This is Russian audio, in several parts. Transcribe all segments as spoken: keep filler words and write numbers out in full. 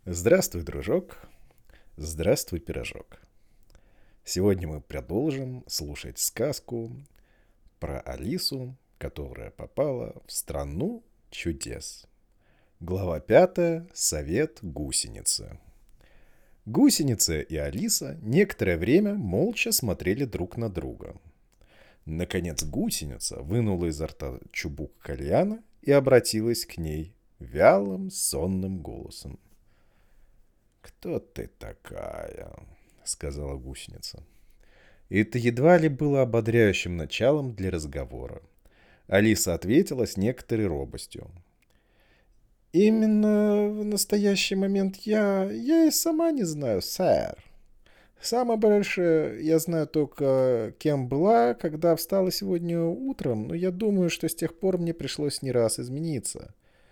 Здравствуй, дружок. Здравствуй, пирожок. Сегодня мы продолжим слушать сказку про Алису, которая попала в страну чудес. Глава пятая. Совет гусеницы. Гусеница и Алиса некоторое время молча смотрели друг на друга. Наконец гусеница вынула изо рта чубук кальяна и обратилась к ней вялым сонным голосом. «Кто ты такая?» — сказала гусеница. Это едва ли было ободряющим началом для разговора. Алиса ответила с некоторой робостью. «Именно в настоящий момент я... я и сама не знаю, сэр. Самое большее я знаю только, кем была, когда встала сегодня утром, но я думаю, что с тех пор мне пришлось не раз измениться».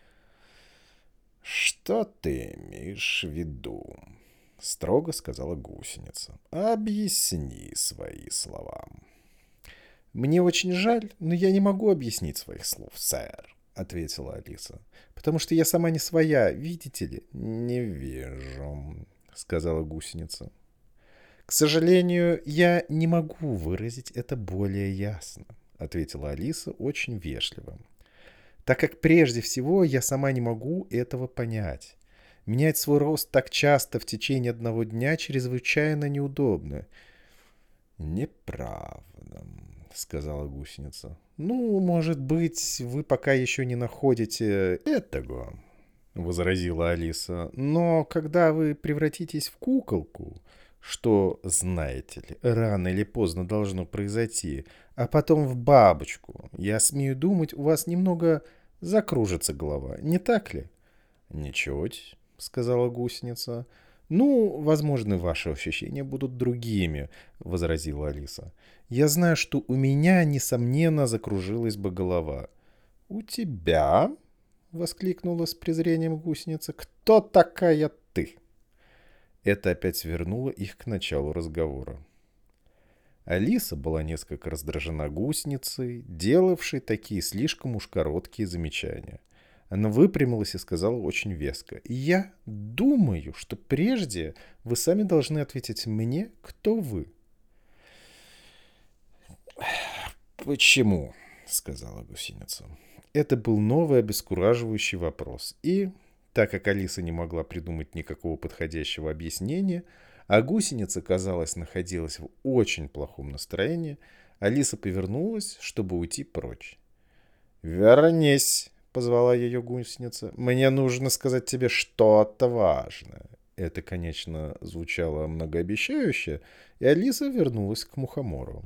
«Что ты имеешь в виду?» — строго сказала гусеница. «Объясни свои слова». «Мне очень жаль, но я не могу объяснить своих слов, сэр», — ответила Алиса. «Потому что я сама не своя, видите ли?» «Не вижу», — сказала гусеница. «К сожалению, я не могу выразить это более ясно», — ответила Алиса очень вежливо. «Так как прежде всего я сама не могу этого понять. Менять свой рост так часто в течение одного дня чрезвычайно неудобно». «Неправда», — сказала гусеница. «Ну, может быть, вы пока еще не находите этого», — возразила Алиса. «Но когда вы превратитесь в куколку, что, знаете ли, рано или поздно должно произойти, а потом в бабочку, я смею думать, у вас немного закружится голова, не так ли?» «Ничуть», — сказала гусеница. «Ну, возможно, ваши ощущения будут другими», — возразила Алиса. «Я знаю, что у меня, несомненно, закружилась бы голова». «У тебя?» — воскликнула с презрением гусеница. «Кто такая ты?» Это опять вернуло их к началу разговора. Алиса была несколько раздражена гусеницей, делавшей такие слишком уж короткие замечания. Она выпрямилась и сказала очень веско. «Я думаю, что прежде вы сами должны ответить мне, кто вы». «Почему?» — сказала гусеница. Это был новый обескураживающий вопрос. И, так как Алиса не могла придумать никакого подходящего объяснения, а гусеница, казалось, находилась в очень плохом настроении, Алиса повернулась, чтобы уйти прочь. «Вернись!» — позвала ее гусеница. «Мне нужно сказать тебе что-то важное». Это, конечно, звучало многообещающе, и Алиса вернулась к мухомору.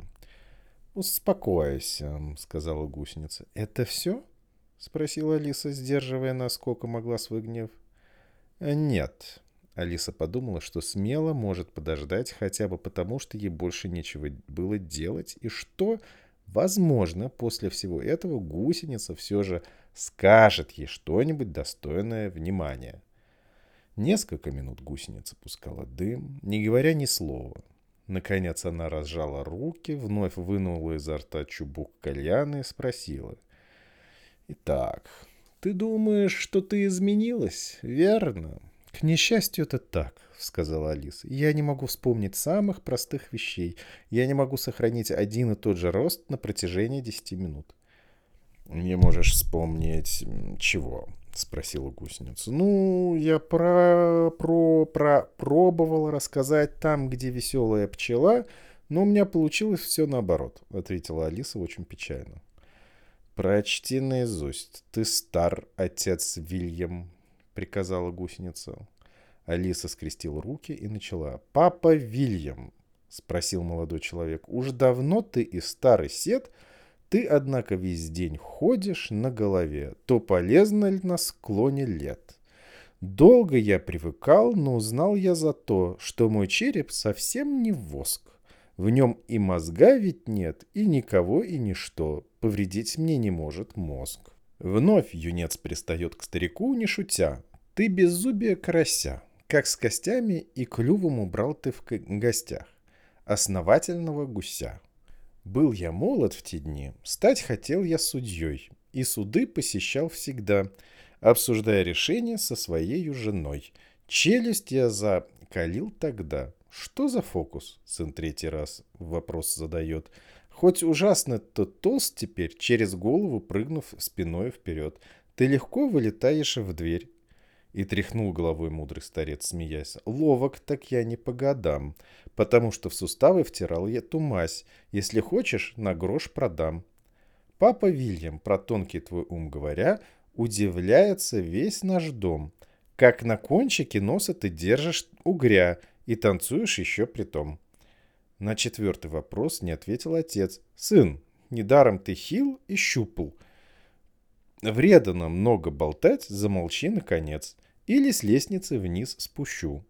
«Успокойся», — сказала гусеница. «Это все?» — спросила Алиса, сдерживая насколько могла свой гнев. «Нет». Алиса подумала, что смело может подождать хотя бы потому, что ей больше нечего было делать, и что, возможно, после всего этого гусеница все же скажет ей что-нибудь достойное внимания. Несколько минут гусеница пускала дым, не говоря ни слова. Наконец она разжала руки, вновь вынула изо рта чубук кальяна и спросила. «Итак, ты думаешь, что ты изменилась, верно?» «К несчастью, это так», — сказала Алиса. «Я не могу вспомнить самых простых вещей. Я не могу сохранить один и тот же рост на протяжении десяти минут». «Не можешь вспомнить чего?» — спросила гусеница. «Ну, я про... про... про... пробовала рассказать там, где веселая пчела, но у меня получилось все наоборот», — ответила Алиса очень печально. «Прочти наизусть. Ты стар, отец Вильям», — приказала гусеница. Алиса скрестила руки и начала. «Папа Вильям», — спросил молодой человек, — «уж давно ты и старый сед, ты, однако, весь день ходишь на голове. То полезно ли на склоне лет? Долго я привыкал, но узнал я за то, что мой череп совсем не воск. В нем и мозга ведь нет, и никого, и ничто. Повредить мне не может мозг». Вновь юнец пристает к старику, не шутя. «Ты беззубие карася, как с костями и клювом убрал ты в гостях основательного гуся. Был я молод в те дни, стать хотел я судьей, и суды посещал всегда, обсуждая решения со своей женой. Челюсть я закалил тогда. Что за фокус? Сын третий раз вопрос задает. Хоть ужасно то толст теперь, через голову прыгнув спиной вперед, ты легко вылетаешь в дверь. И тряхнул головой мудрый старец, смеясь. Ловок так я не по годам, потому что в суставы втирал я ту мазь. Если хочешь, на грош продам. Папа Вильям, про тонкий твой ум говоря, удивляется весь наш дом. Как на кончике носа ты держишь угря и танцуешь еще при том. На четвертый вопрос не ответил отец. Сын, недаром ты хил и щупал. Вредно много болтать, замолчи наконец. Или с лестницы вниз спущу.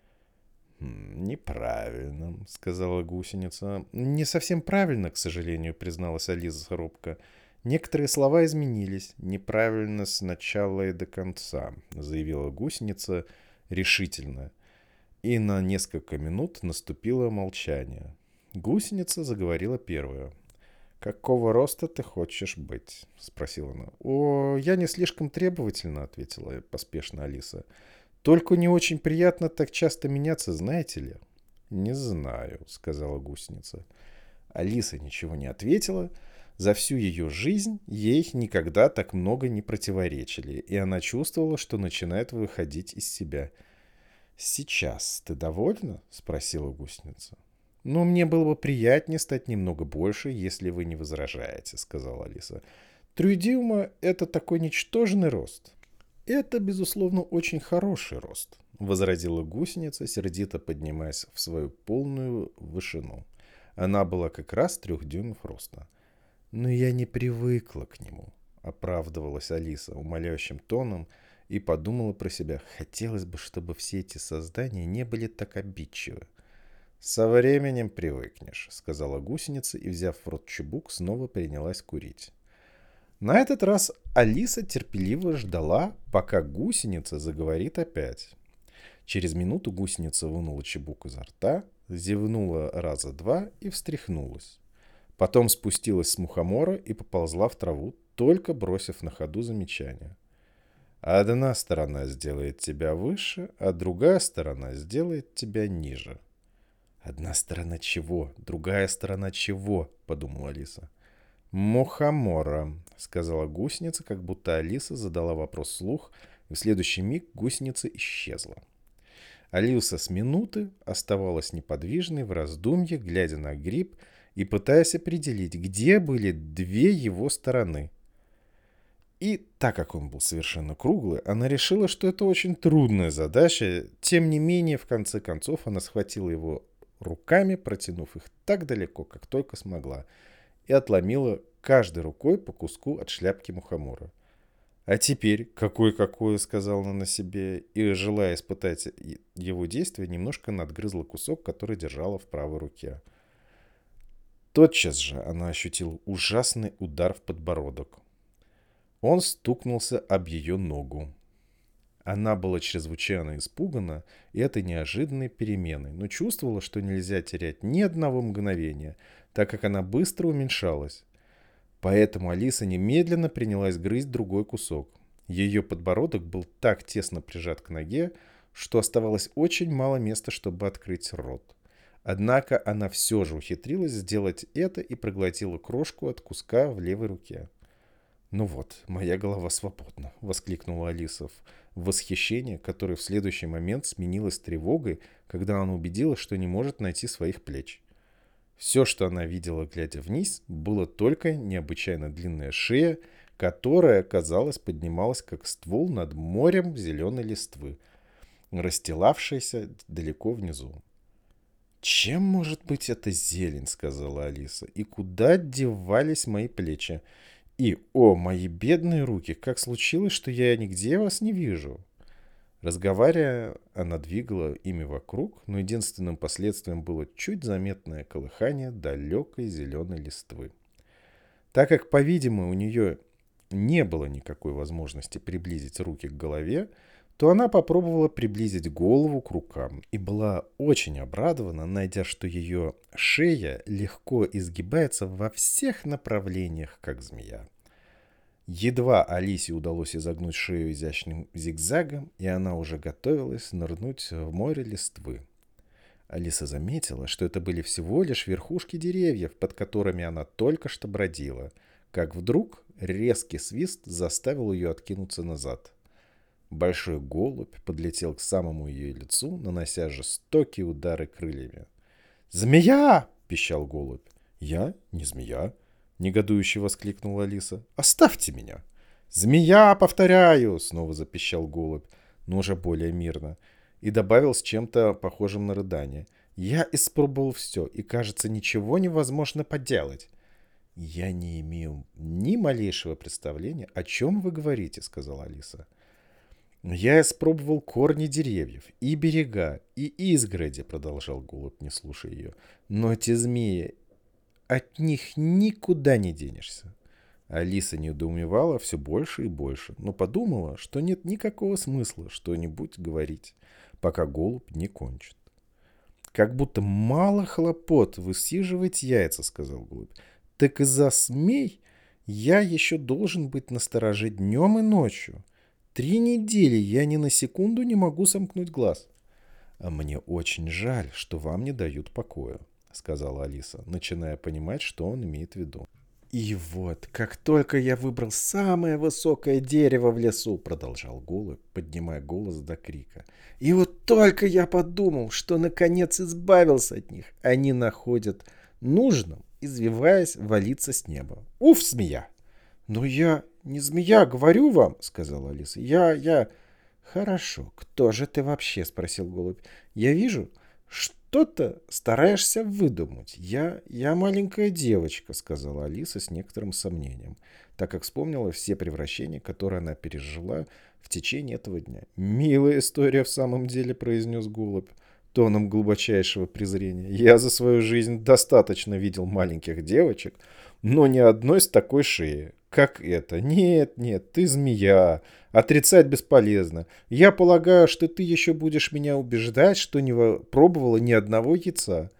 «Неправильно», — сказала гусеница. «Не совсем правильно, к сожалению», — призналась Алиса робко. «Некоторые слова изменились. Неправильно с начала и до конца», — заявила гусеница решительно. И на несколько минут наступило молчание. Гусеница заговорила первая. «Какого роста ты хочешь быть?» — спросила она. «О, я не слишком требовательна», — ответила поспешно Алиса. «Только не очень приятно так часто меняться, знаете ли?» «Не знаю», — сказала гусеница. Алиса ничего не ответила. За всю ее жизнь ей никогда так много не противоречили, и она чувствовала, что начинает выходить из себя. «Сейчас ты довольна?» — спросила гусеница. «Ну, мне было бы приятнее стать немного больше, если вы не возражаете», — сказала Алиса. «Три дюйма — это такой ничтожный рост». «Это, безусловно, очень хороший рост», — возразила гусеница, сердито поднимаясь в свою полную вышину. Она была как раз трех дюймов роста. «Но я не привыкла к нему», — оправдывалась Алиса умоляющим тоном и подумала про себя. Хотелось бы, чтобы все эти создания не были так обидчивы. «Со временем привыкнешь», — сказала гусеница и, взяв в рот чубук, снова принялась курить. На этот раз Алиса терпеливо ждала, пока гусеница заговорит опять. Через минуту гусеница вынула чубук изо рта, зевнула раза два и встряхнулась. Потом спустилась с мухомора и поползла в траву, только бросив на ходу замечание. «Одна сторона сделает тебя выше, а другая сторона сделает тебя ниже». «Одна сторона чего? Другая сторона чего?» — подумала Алиса. «Мухомора», — сказала гусеница, как будто Алиса задала вопрос вслух, и в следующий миг гусеница исчезла. Алиса с минуты оставалась неподвижной в раздумье, глядя на гриб и пытаясь определить, где были две его стороны. И так как он был совершенно круглый, она решила, что это очень трудная задача. Тем не менее, в конце концов, она схватила его руками, протянув их так далеко, как только смогла, и отломила каждой рукой по куску от шляпки мухомора. «А теперь, какой-какой», — сказала она себе, и, желая испытать его действие, немножко надгрызла кусок, который держала в правой руке. Тотчас же она ощутила ужасный удар в подбородок. Он стукнулся об ее ногу. Она была чрезвычайно испугана этой неожиданной переменой, но чувствовала, что нельзя терять ни одного мгновения, так как она быстро уменьшалась. Поэтому Алиса немедленно принялась грызть другой кусок. Ее подбородок был так тесно прижат к ноге, что оставалось очень мало места, чтобы открыть рот. Однако она все же ухитрилась сделать это и проглотила крошку от куска в левой руке. «Ну вот, моя голова свободна», — воскликнула Алиса в восхищении, которое в следующий момент сменилось тревогой, когда она убедилась, что не может найти своих плеч. Все, что она видела, глядя вниз, было только необычайно длинная шея, которая, казалось, поднималась как ствол над морем зеленой листвы, расстилавшейся далеко внизу. «Чем может быть эта зелень?» — сказала Алиса. «И куда девались мои плечи? И, о, мои бедные руки, как случилось, что я нигде вас не вижу?» Разговаривая, она двигала ими вокруг, но единственным последствием было чуть заметное колыхание далекой зеленой листвы. Так как, по-видимому, у нее не было никакой возможности приблизить руки к голове, то она попробовала приблизить голову к рукам и была очень обрадована, найдя, что ее шея легко изгибается во всех направлениях, как змея. Едва Алисе удалось изогнуть шею изящным зигзагом, и она уже готовилась нырнуть в море листвы. Алиса заметила, что это были всего лишь верхушки деревьев, под которыми она только что бродила, как вдруг резкий свист заставил ее откинуться назад. Большой голубь подлетел к самому ее лицу, нанося жестокие удары крыльями. «Змея!» — пищал голубь. «Я не змея!» — негодующе воскликнула Алиса. «Оставьте меня!» «Змея, повторяю!» — снова запищал голубь, но уже более мирно, и добавил с чем-то похожим на рыдание. «Я испробовал все, и, кажется, ничего невозможно поделать». «Я не имею ни малейшего представления, о чем вы говорите», — сказала Алиса. «Я испробовал корни деревьев, и берега, и изгороди», — продолжал голубь, не слушая ее. «Но эти змеи, от них никуда не денешься». Алиса недоумевала все больше и больше, но подумала, что нет никакого смысла что-нибудь говорить, пока голубь не кончит. «Как будто мало хлопот высиживать яйца», — сказал голубь. «Так из-за змей я еще должен быть настороже днем и ночью. Три недели я ни на секунду не могу сомкнуть глаз». «А мне очень жаль, что вам не дают покоя», — сказала Алиса, начиная понимать, что он имеет в виду. «И вот, как только я выбрал самое высокое дерево в лесу», — продолжал голубь, поднимая голос до крика, «и вот только я подумал, что наконец избавился от них, они находят нужным, извиваясь, валиться с неба. Уф, змея!» «Но я не змея, говорю вам», — сказала Алиса. «Я, я...» «Хорошо, кто же ты вообще?» — спросил голубь. «Я вижу, что-то стараешься выдумать. Я, я маленькая девочка», — сказала Алиса с некоторым сомнением, так как вспомнила все превращения, которые она пережила в течение этого дня. «Милая история в самом деле», — произнес голубь тоном глубочайшего презрения. «Я за свою жизнь достаточно видел маленьких девочек, но ни одной с такой шеей, как это. Нет, нет, ты змея. Отрицать бесполезно. Я полагаю, что ты еще будешь меня убеждать, что не пробовала ни одного яйца».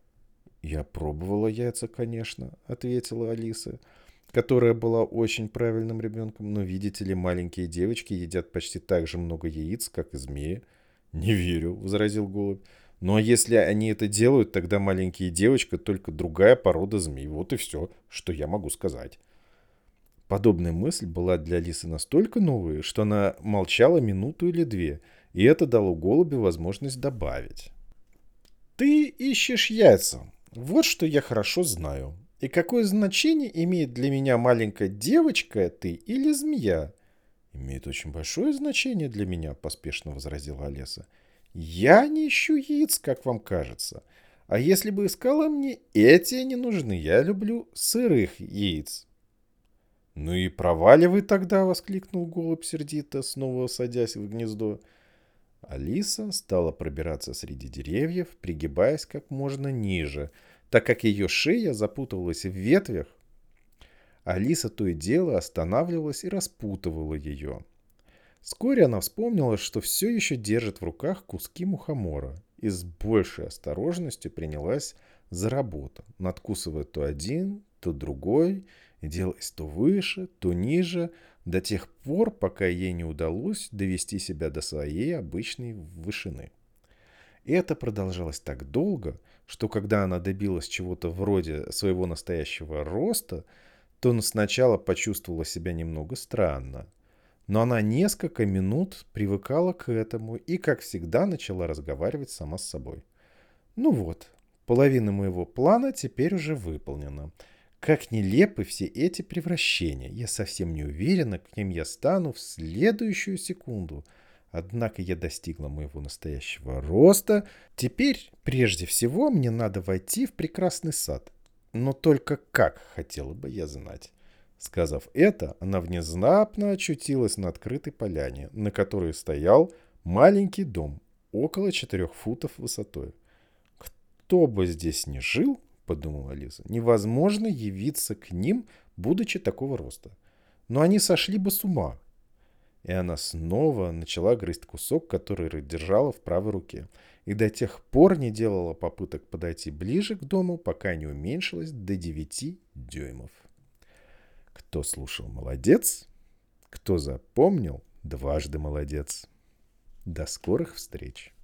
«Я пробовала яйца, конечно», — ответила Алиса, которая была очень правильным ребенком. «Но, видите ли, маленькие девочки едят почти так же много яиц, как и змеи». «Не верю», — возразил голубь. «Ну а если они это делают, тогда маленькие девочки только другая порода змей. Вот и все, что я могу сказать». Подобная мысль была для Алисы настолько новой, что она молчала минуту или две, и это дало голубю возможность добавить. «Ты ищешь яйца. Вот что я хорошо знаю. И какое значение имеет для меня маленькая девочка ты или змея?» «Имеет очень большое значение для меня», — поспешно возразила Алиса. «Я не ищу яиц, как вам кажется. А если бы искала, мне эти не нужны. Я люблю сырых яиц». «Ну и проваливай тогда», — воскликнул голубь сердито, снова садясь в гнездо. Алиса стала пробираться среди деревьев, пригибаясь как можно ниже, так как ее шея запутывалась в ветвях. Алиса то и дело останавливалась и распутывала ее. Вскоре она вспомнила, что все еще держит в руках куски мухомора, и с большей осторожностью принялась за работу, надкусывая то один, то другой, и делаясь то выше, то ниже, до тех пор, пока ей не удалось довести себя до своей обычной вышины. И это продолжалось так долго, что когда она добилась чего-то вроде своего настоящего роста, то сначала почувствовала себя немного странно. Но она несколько минут привыкала к этому и, как всегда, начала разговаривать сама с собой. «Ну вот, половина моего плана теперь уже выполнена. Как нелепы все эти превращения. Я совсем не уверена, кем я стану в следующую секунду. Однако я достигла моего настоящего роста. Теперь, прежде всего, мне надо войти в прекрасный сад. Но только как, хотела бы я знать». Сказав это, она внезапно очутилась на открытой поляне, на которой стоял маленький дом, около четырех футов высотой. «Кто бы здесь ни жил, — подумала Алиса, — невозможно явиться к ним, будучи такого роста. Но они сошли бы с ума». И она снова начала грызть кусок, который держала в правой руке, и до тех пор не делала попыток подойти ближе к дому, пока не уменьшилась до девяти дюймов. Кто слушал, молодец. Кто запомнил, дважды молодец. До скорых встреч.